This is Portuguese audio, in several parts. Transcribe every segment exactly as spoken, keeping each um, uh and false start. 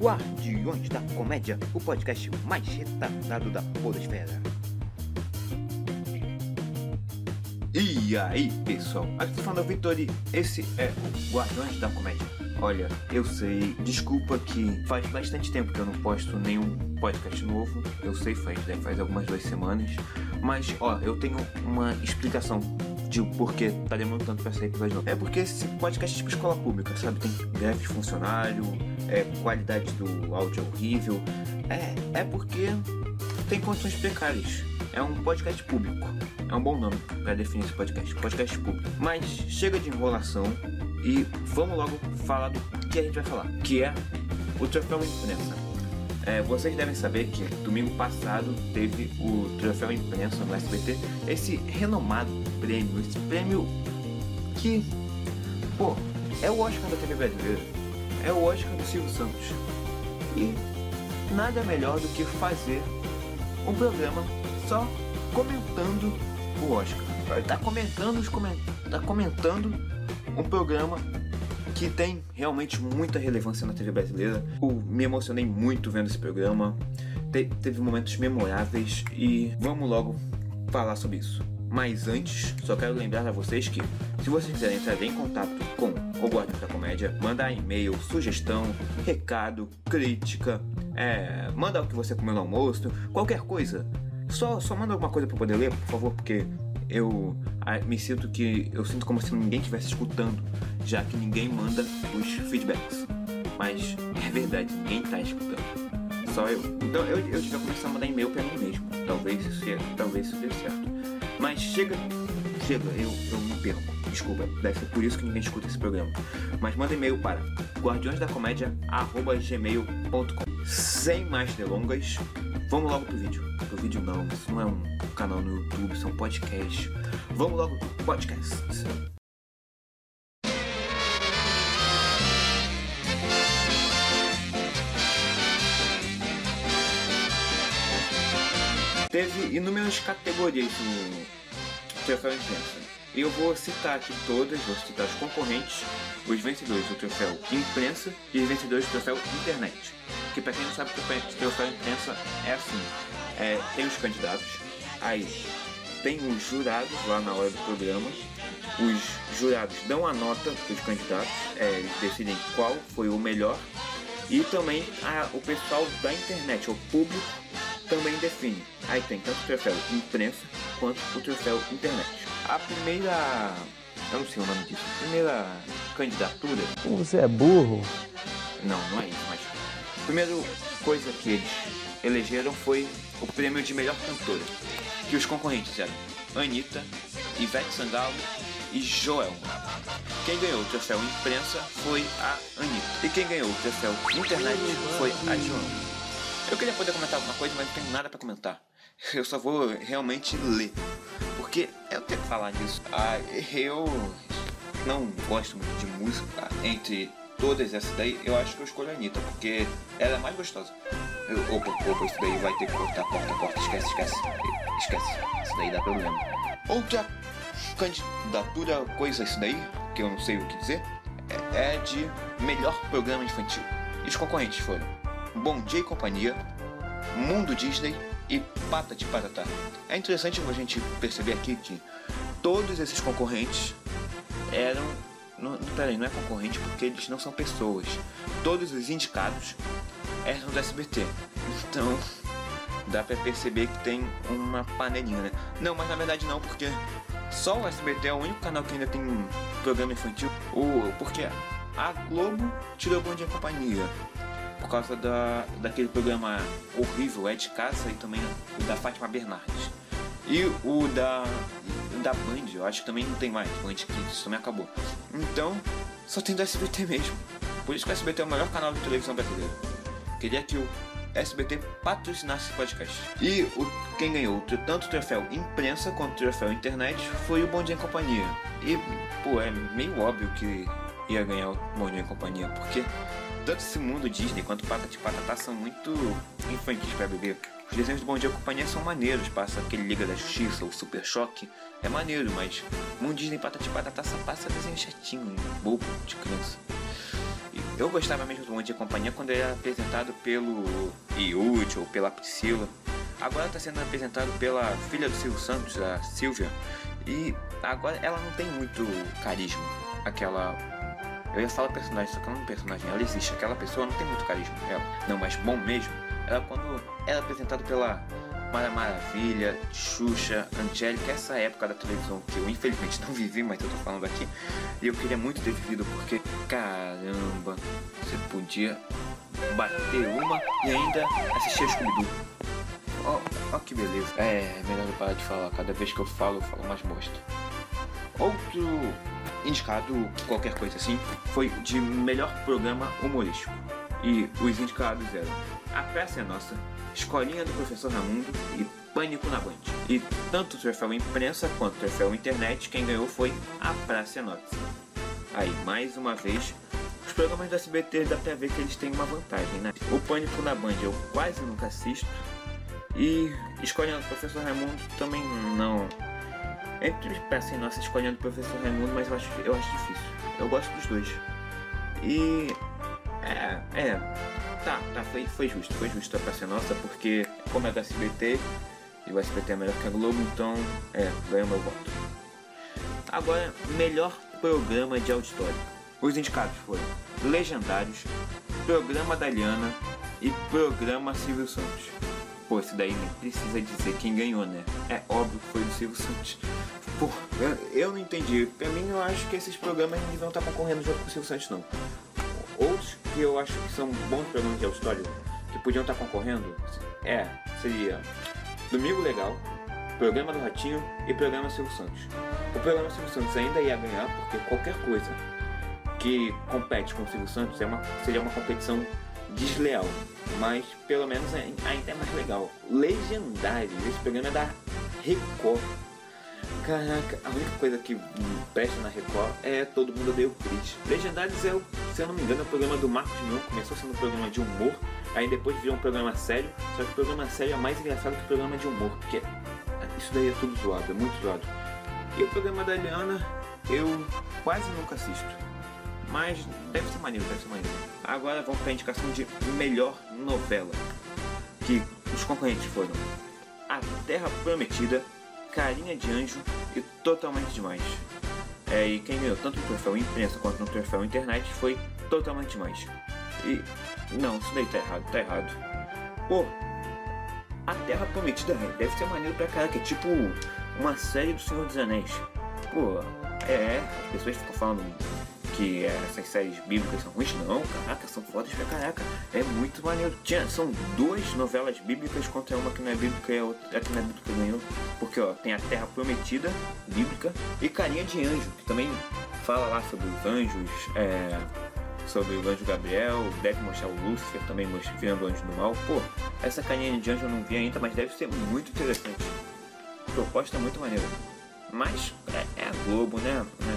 Guardiões da Comédia, o podcast mais retardado da podosfera. E aí, pessoal, aqui tá falando o Vitor e esse é o Guardiões da Comédia. Olha, eu sei, desculpa que faz bastante tempo que eu não posto nenhum podcast novo. Eu sei, faz, faz algumas duas semanas. Mas, ó, eu tenho uma explicação de o porquê tá demorando tanto pra sair episódio novo. É porque esse podcast é tipo escola pública, sabe? Tem greve de funcionário, é, qualidade do áudio é horrível. É, é porque tem condições precárias. É um podcast público. É um bom nome pra definir esse podcast. Podcast público. Mas chega de enrolação e vamos logo falar do que a gente vai falar. Que é o Troféu Imprensa. É, vocês devem saber que domingo passado teve o Troféu Imprensa no S B T. Esse renomado prêmio. Esse prêmio que, pô, é o Oscar da T V brasileira. É o Oscar do Silvio Santos. E nada melhor do que fazer um programa só comentando o Oscar. Tá comentando os coment... tá comentando um programa que tem realmente muita relevância na T V brasileira. Eu me emocionei muito vendo esse programa. Te... Teve momentos memoráveis e vamos logo falar sobre isso. Mas antes, só quero lembrar a vocês que se vocês quiserem entrar em contato com o Guardiões da Comédia, mandar e-mail, sugestão, recado, crítica, é... mandar o que você comeu no almoço, qualquer coisa. Só, só manda alguma coisa pra eu poder ler, por favor, porque eu ah, me sinto que... Eu sinto como se ninguém estivesse escutando, já que ninguém manda os feedbacks. Mas é verdade, ninguém tá escutando. Só eu. Então eu, eu tive que começar a mandar e-mail pra mim mesmo. Talvez isso, talvez isso dê certo. Mas chega, chega, eu, eu me perco. Desculpa, deve ser por isso que ninguém escuta esse programa. Mas manda e-mail para guardiões da comédia arroba gmail ponto com. Sem mais delongas, vamos logo pro vídeo. Pro vídeo não, isso não é um canal no YouTube, isso é um podcast. Vamos logo pro podcast. Teve inúmeras categorias no Troféu Imprensa. E eu vou citar aqui todas, vou citar os concorrentes, os vencedores do Troféu Imprensa e os vencedores do Troféu Internet. Que pra quem não sabe, o Troféu Imprensa é assim, é, tem os candidatos, aí tem os jurados lá na hora do programa, os jurados dão a nota para os candidatos, é, eles decidem qual foi o melhor, e também a, o pessoal da internet, o público, também define. Aí tem tanto o Troféu Imprensa quanto o Troféu Internet. A primeira... eu não sei o nome disso. A primeira candidatura... Você é burro? Não, não é isso, mas... a primeira coisa que eles elegeram foi o prêmio de melhor cantora. Que os concorrentes eram Anitta, Ivete Sangalo e Joelma. Quem ganhou o Troféu Imprensa foi a Anitta. E quem ganhou o Troféu Internet foi a Joelma. Eu queria poder comentar alguma coisa, mas não tenho nada pra comentar. Eu só vou realmente ler. Porque eu tenho que falar disso. Ah, eu não gosto muito de música. Entre todas essas daí, eu acho que eu escolho a Anitta, porque ela é mais gostosa. Eu, opa, opa, isso daí vai ter que cortar, corta, corta, esquece, esquece. Esquece, isso daí dá problema. Outra candidatura, coisa isso daí, que eu não sei o que dizer, é de melhor programa infantil. E os concorrentes foram Bom Dia e Companhia, Mundo Disney e Patati Patatá. É interessante a gente perceber aqui que todos esses concorrentes eram... Não, peraí, não é concorrente porque eles não são pessoas. Todos os indicados eram do S B T. Então dá pra perceber que tem uma panelinha, né? Não, mas na verdade não, porque só o S B T é o único canal que ainda tem um programa infantil. O, porque a Globo tirou Bom Dia e Companhia por causa da, daquele programa horrível, É de Casa, e também o da Fátima Bernardes. E o da, da Band, eu acho que também não tem mais, o Band Kids também acabou. Então, só tem do S B T mesmo. Por isso que o S B T é o melhor canal de televisão brasileira. Queria que o S B T patrocinasse esse podcast. E o, quem ganhou tanto o Troféu Imprensa quanto o Troféu Internet foi o Bom Dia e Companhia. E, pô, é meio óbvio que ia ganhar o Bom Dia e Companhia, porque tanto esse mundo Disney quanto Patati Patatá são muito infantis pra bebê. Os desenhos do Bom Dia e Companhia são maneiros, passa aquele Liga da Justiça, o Super Choque, é maneiro, mas Mundo Disney Patati Patatá só passa desenho chatinho, bobo, de criança. E Eu gostava mesmo do Bom Dia e Companhia quando ele era apresentado pelo Yudi ou pela Priscila. Agora está sendo apresentado pela filha do Silvio Santos, a Silvia. E agora ela não tem muito carisma. Aquela... Eu ia falar personagem, só que ela não é um personagem. Ela existe. Aquela pessoa não tem muito carisma. Ela. Não, mas bom mesmo. Ela quando era apresentado pela Mara Maravilha, Xuxa, Angélica, essa época da televisão que eu infelizmente não vivi, mas eu tô falando aqui. E eu queria muito ter vivido porque, caramba, você podia bater uma e ainda assistir a Scooby-Doo. Ó, ó que beleza. É, melhor eu parar de falar. Cada vez que eu falo, eu falo mais bosta. Outro indicado, qualquer coisa assim, foi de melhor programa humorístico. E os indicados eram A Praça é Nossa, Escolinha do Professor Raimundo e Pânico na Band. E tanto o troféu imprensa quanto o troféu internet, quem ganhou foi A Praça é Nossa. Aí, mais uma vez, os programas do S B T dá pra ver que eles têm uma vantagem, né? O Pânico na Band eu quase nunca assisto. E Escolinha do Professor Raimundo também não. Entre Praça e Nossa, Escolinha do Professor Raimundo, mas eu acho, eu acho difícil. Eu gosto dos dois. E... É, é, tá, tá, foi, foi justo, foi justo a Praça é Nossa, porque como é do S B T, e o S B T é melhor que a Globo, então, é, ganhou meu voto. Agora, melhor programa de auditório. Os indicados foram Legendários, Programa da Liana e Programa Silvio Santos. Pô, esse daí nem precisa dizer quem ganhou, né? É óbvio que foi do Silvio Santos. Pô, eu, eu não entendi. Pra mim, eu acho que esses programas não deviam estar concorrendo junto com o Silvio Santos, não. Outros que eu acho que são bons programas de auditório, que podiam estar concorrendo, é, seria Domingo Legal, Programa do Ratinho e Programa Silvio Santos. O Programa Silvio Santos ainda ia ganhar, porque qualquer coisa que compete com o Silvio Santos é uma, seria uma competição desleal, mas pelo menos ainda é mais legal. Legendário, esse programa é da Record. Caraca, a única coisa que presta na Record é Todo Mundo Odeia o Chris. Legendários é, o, se eu não me engano, é o programa do Marcos Mion. Começou sendo um programa de humor, aí depois virou um programa sério. Só que o programa sério é mais engraçado que o programa de humor, porque isso daí é tudo zoado, é muito zoado. E o programa da Liana eu quase nunca assisto, mas deve ser maneiro, deve ser maneiro. Agora vamos para a indicação de melhor novela, que os concorrentes foram A Terra Prometida, Carinha de Anjo e Totalmente Demais. É, e quem ganhou tanto no troféu imprensa quanto no troféu internet foi Totalmente Demais. E não, isso daí tá errado, tá errado. Pô, A Terra Prometida deve ser maneiro pra caraca, é tipo uma série do Senhor dos Anéis. Pô, é, as pessoas ficam falando que essas séries bíblicas são ruins. Não, caraca, são fodas pra caraca. É muito maneiro. Tinha, são duas novelas bíblicas contra uma que não é bíblica e a outra que não é bíblica ganhou. Porque ó, tem A Terra Prometida, bíblica, e Carinha de Anjo, que também fala lá sobre os anjos, é, sobre o anjo Gabriel, deve mostrar o Lúcifer também virando o anjo do mal. Pô, essa Carinha de Anjo eu não vi ainda, mas deve ser muito interessante. Proposta muito maneira. Mas é, é a Globo, né? né?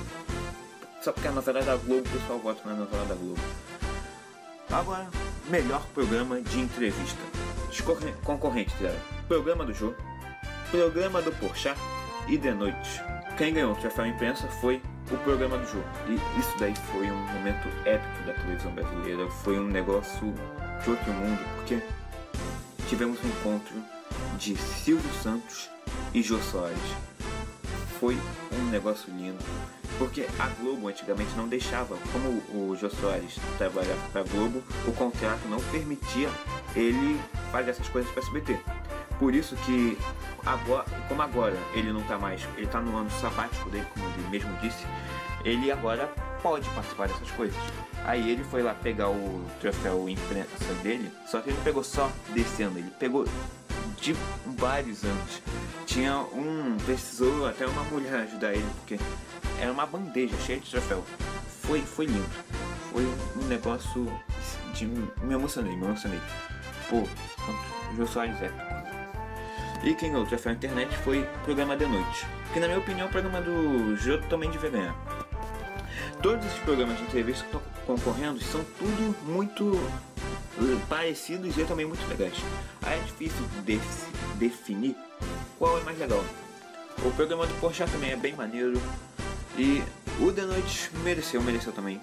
Só porque a novela é da Globo, o pessoal vota na novela da Globo. Agora, melhor programa de entrevista. Os concorrentes eram Programa do Jô, Programa do Porchat e The Noite. Quem ganhou o troféu imprensa foi o Programa do Jô. E isso daí foi um momento épico da televisão brasileira. Foi um negócio de outro mundo, porque tivemos um encontro de Silvio Santos e Jô Soares. Foi um negócio lindo. Porque a Globo antigamente não deixava, como o Jô Soares trabalhava para a Globo, o contrato não permitia ele fazer essas coisas para S B T. Por isso que, agora, como agora ele não está mais, ele está no ano sabático dele, como ele mesmo disse, ele agora pode participar dessas coisas. Aí ele foi lá pegar o troféu imprensa dele, só que ele não pegou só desse ano, ele pegou de vários anos. Tinha um, precisou até uma mulher ajudar ele, porque era uma bandeja cheia de troféu. Foi, foi lindo. Foi um negócio de... Me emocionei, me emocionei. Pô, o Jô Soares é épico. E quem ganhou o troféu internet foi o Programa de Noite, que na minha opinião o programa do Jô também devia ganhar. Todos esses programas de entrevista que estão concorrendo são tudo muito parecidos e também muito legais. Aí é difícil de definir qual é mais legal. O programa do Porchat também é bem maneiro. E o The Noite mereceu, mereceu também.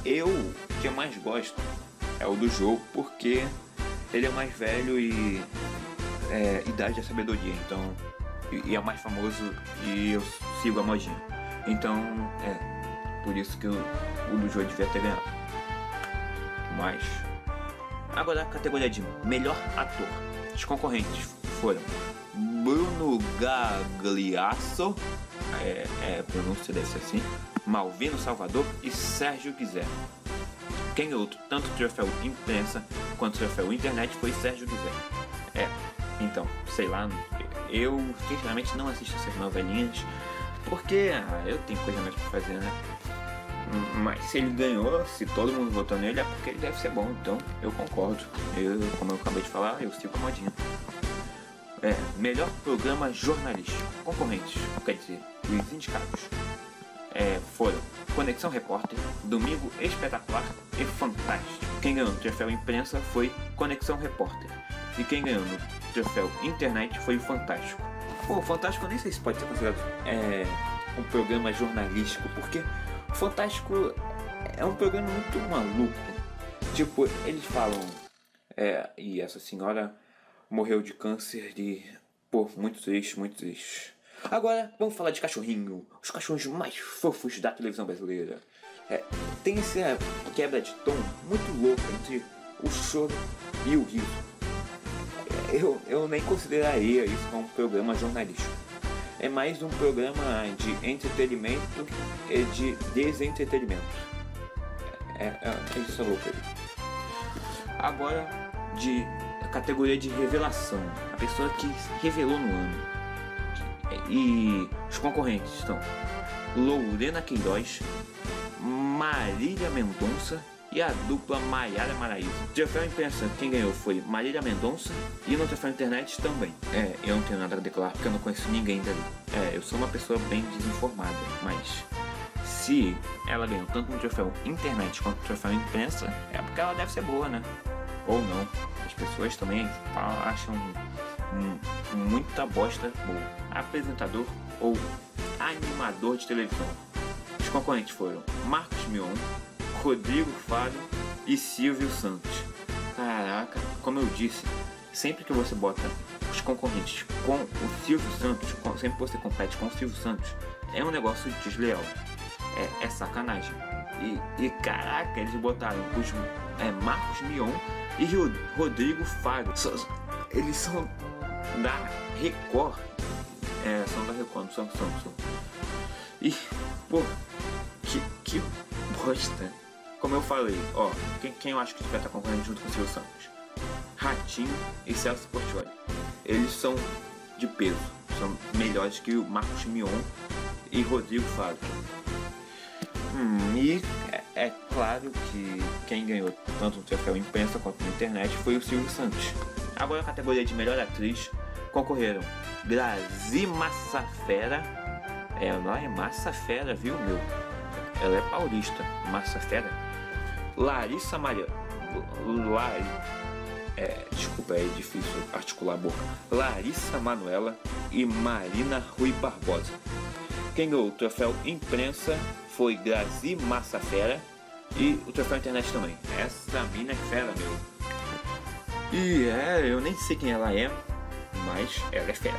eu, o que eu mais gosto é o do jogo, porque ele é mais velho e é, idade é sabedoria, então, e, e é o mais famoso e eu sigo a modinha. Então, é, por isso que o, o do jogo devia ter ganhado. Mas, agora a categoria de melhor ator. Os concorrentes foram Bruno Gagliasso, é, é pronúncia deve ser assim, Malvino Salvador e Sérgio Guizé. Quem ganhou tanto o troféu imprensa quanto o troféu internet foi Sérgio Guizé. É, então, sei lá, eu sinceramente não assisto essas novelinhas porque ah, eu tenho coisa mais pra fazer, né? Mas se ele ganhou, se todo mundo votou nele, é porque ele deve ser bom, então eu concordo. Eu, como eu acabei de falar, eu sigo a modinha. É, melhor programa jornalístico. Concorrentes, quer dizer, os indicados é, foram Conexão Repórter, Domingo Espetacular e Fantástico. Quem ganhou no troféu imprensa foi Conexão Repórter. E quem ganhou no troféu internet foi o Fantástico. Pô, o Fantástico eu nem sei se pode ser considerado é, um programa jornalístico, porque o Fantástico é um programa muito maluco. Tipo, eles falam, é, e essa senhora morreu de câncer de... Pô, muito triste, muito triste. Agora, vamos falar de cachorrinho. Os cachorros mais fofos da televisão brasileira. É, tem essa quebra de tom muito louca entre o choro e o riso. Eu, eu nem consideraria isso como um programa jornalístico. É mais um programa de entretenimento e de desentretenimento. É, é, é isso louco aí. Agora, de categoria de revelação. A pessoa que revelou no ano. E os concorrentes estão Lorena Queiroz, Marília Mendonça e a dupla Maiara Maraíza. O troféu imprensa, quem ganhou foi Marília Mendonça, e no troféu internet também. É, eu não tenho nada a declarar porque eu não conheço ninguém dali. É, eu sou uma pessoa bem desinformada, mas se ela ganhou tanto no troféu internet quanto no troféu imprensa, é porque ela deve ser boa, né? Ou não. As pessoas também acham hum, muita bosta boa. Apresentador ou animador de televisão. Os concorrentes foram Marcos Mion, Rodrigo Faro e Silvio Santos. Caraca, como eu disse, sempre que você bota os concorrentes com o Silvio Santos, sempre que você compete com o Silvio Santos, é um negócio desleal. É, é sacanagem. E, e caraca, eles botaram os é, Marcos Mion e o Rodrigo Faro. Eles são da Record. É, são da Record, não são, são, são. E, pô, que, que bosta. Como eu falei, ó, quem, quem eu acho que vai estar concorrendo junto com o Silvio Santos? Ratinho e Celso Portiolli. Eles são de peso, são melhores que o Marcos Mion e Rodrigo Faro. Hum, e é, é claro que quem ganhou tanto no troféu imprensa quanto na internet foi o Silvio Santos. Agora a categoria de melhor atriz concorreram Grazi Massafera. Ela é Massafera, viu, meu? Ela é paulista, Massafera. Larissa Maria... Lari... É, desculpa, é difícil articular a boca. Larissa Manoela e Marina Rui Barbosa. Quem ganhou o troféu imprensa foi Grazi Massafera e o troféu internet também. Essa mina é fera, meu. E é, eu nem sei quem ela é, mas ela é fera.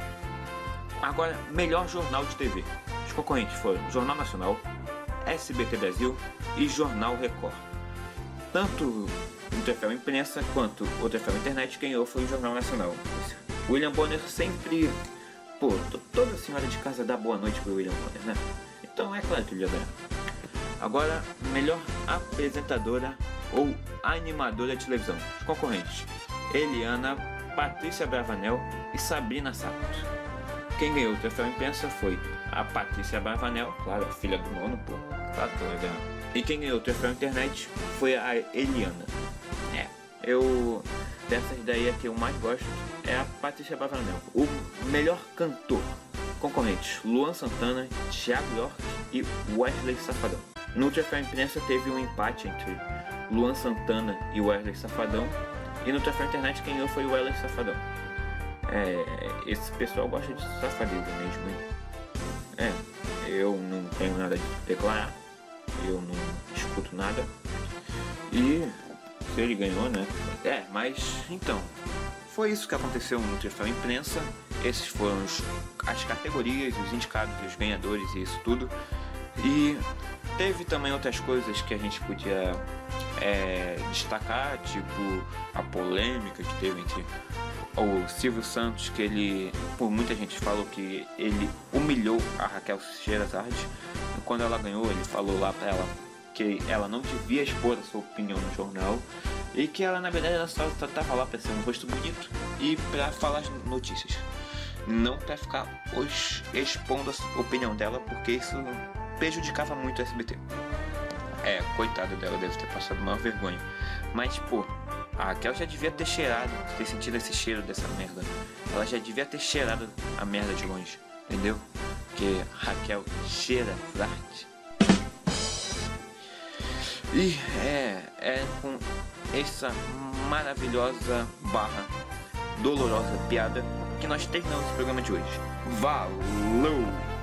Agora, melhor jornal de T V. Os concorrentes foram Jornal Nacional, S B T Brasil e Jornal Record. Tanto o troféu imprensa quanto o troféu internet ganhou foi o Jornal Nacional. William Bonner sempre... Pô, toda senhora de casa dá boa noite pro William Bonner, né? Então é claro que ele ia ganhar. Agora, melhor apresentadora ou animadora de televisão. Os concorrentes: Eliana, Patrícia Bravanel e Sabrina Sato. Quem ganhou o troféu imprensa foi a Patrícia Bravanel, claro, a filha do Nono, pô, claro que ela ganhou. E quem ganhou o troféu internet foi a Eliana. É, eu... dessas daí a que eu mais gosto é a Patrícia Bravanel. O melhor cantor. Concorrentes: Luan Santana, Thiago York e Wesley Safadão. No troféu imprensa teve um empate entre Luan Santana e Wesley Safadão. E no troféu internet quem ganhou foi o Wesley Safadão. É, esse pessoal gosta de safadeza mesmo, hein? É, eu não tenho nada a declarar. eu não escuto nada. E se ele ganhou, né? É, mas então, foi isso que aconteceu no Troféu Imprensa. Esses foram os, as categorias, os indicados, os ganhadores e isso tudo. E teve também outras coisas que a gente podia é, destacar, tipo a polêmica que teve entre o Silvio Santos, que ele, por muita gente falou que ele humilhou a Raquel Sherazade. E quando ela ganhou, ele falou lá pra ela que ela não devia expor a sua opinião no jornal e que ela, na verdade, ela só estava lá para ser um rosto bonito e para falar as notícias, não para ficar hoje expondo a opinião dela, porque isso prejudicava muito o S B T. É, coitada dela, deve ter passado uma vergonha. Mas, pô, a Raquel já devia ter cheirado, ter sentido esse cheiro dessa merda. Ela já devia ter cheirado a merda de longe, entendeu? Porque Raquel cheira arte. E é, é com essa maravilhosa barra dolorosa piada que nós terminamos o programa de hoje. Valeu!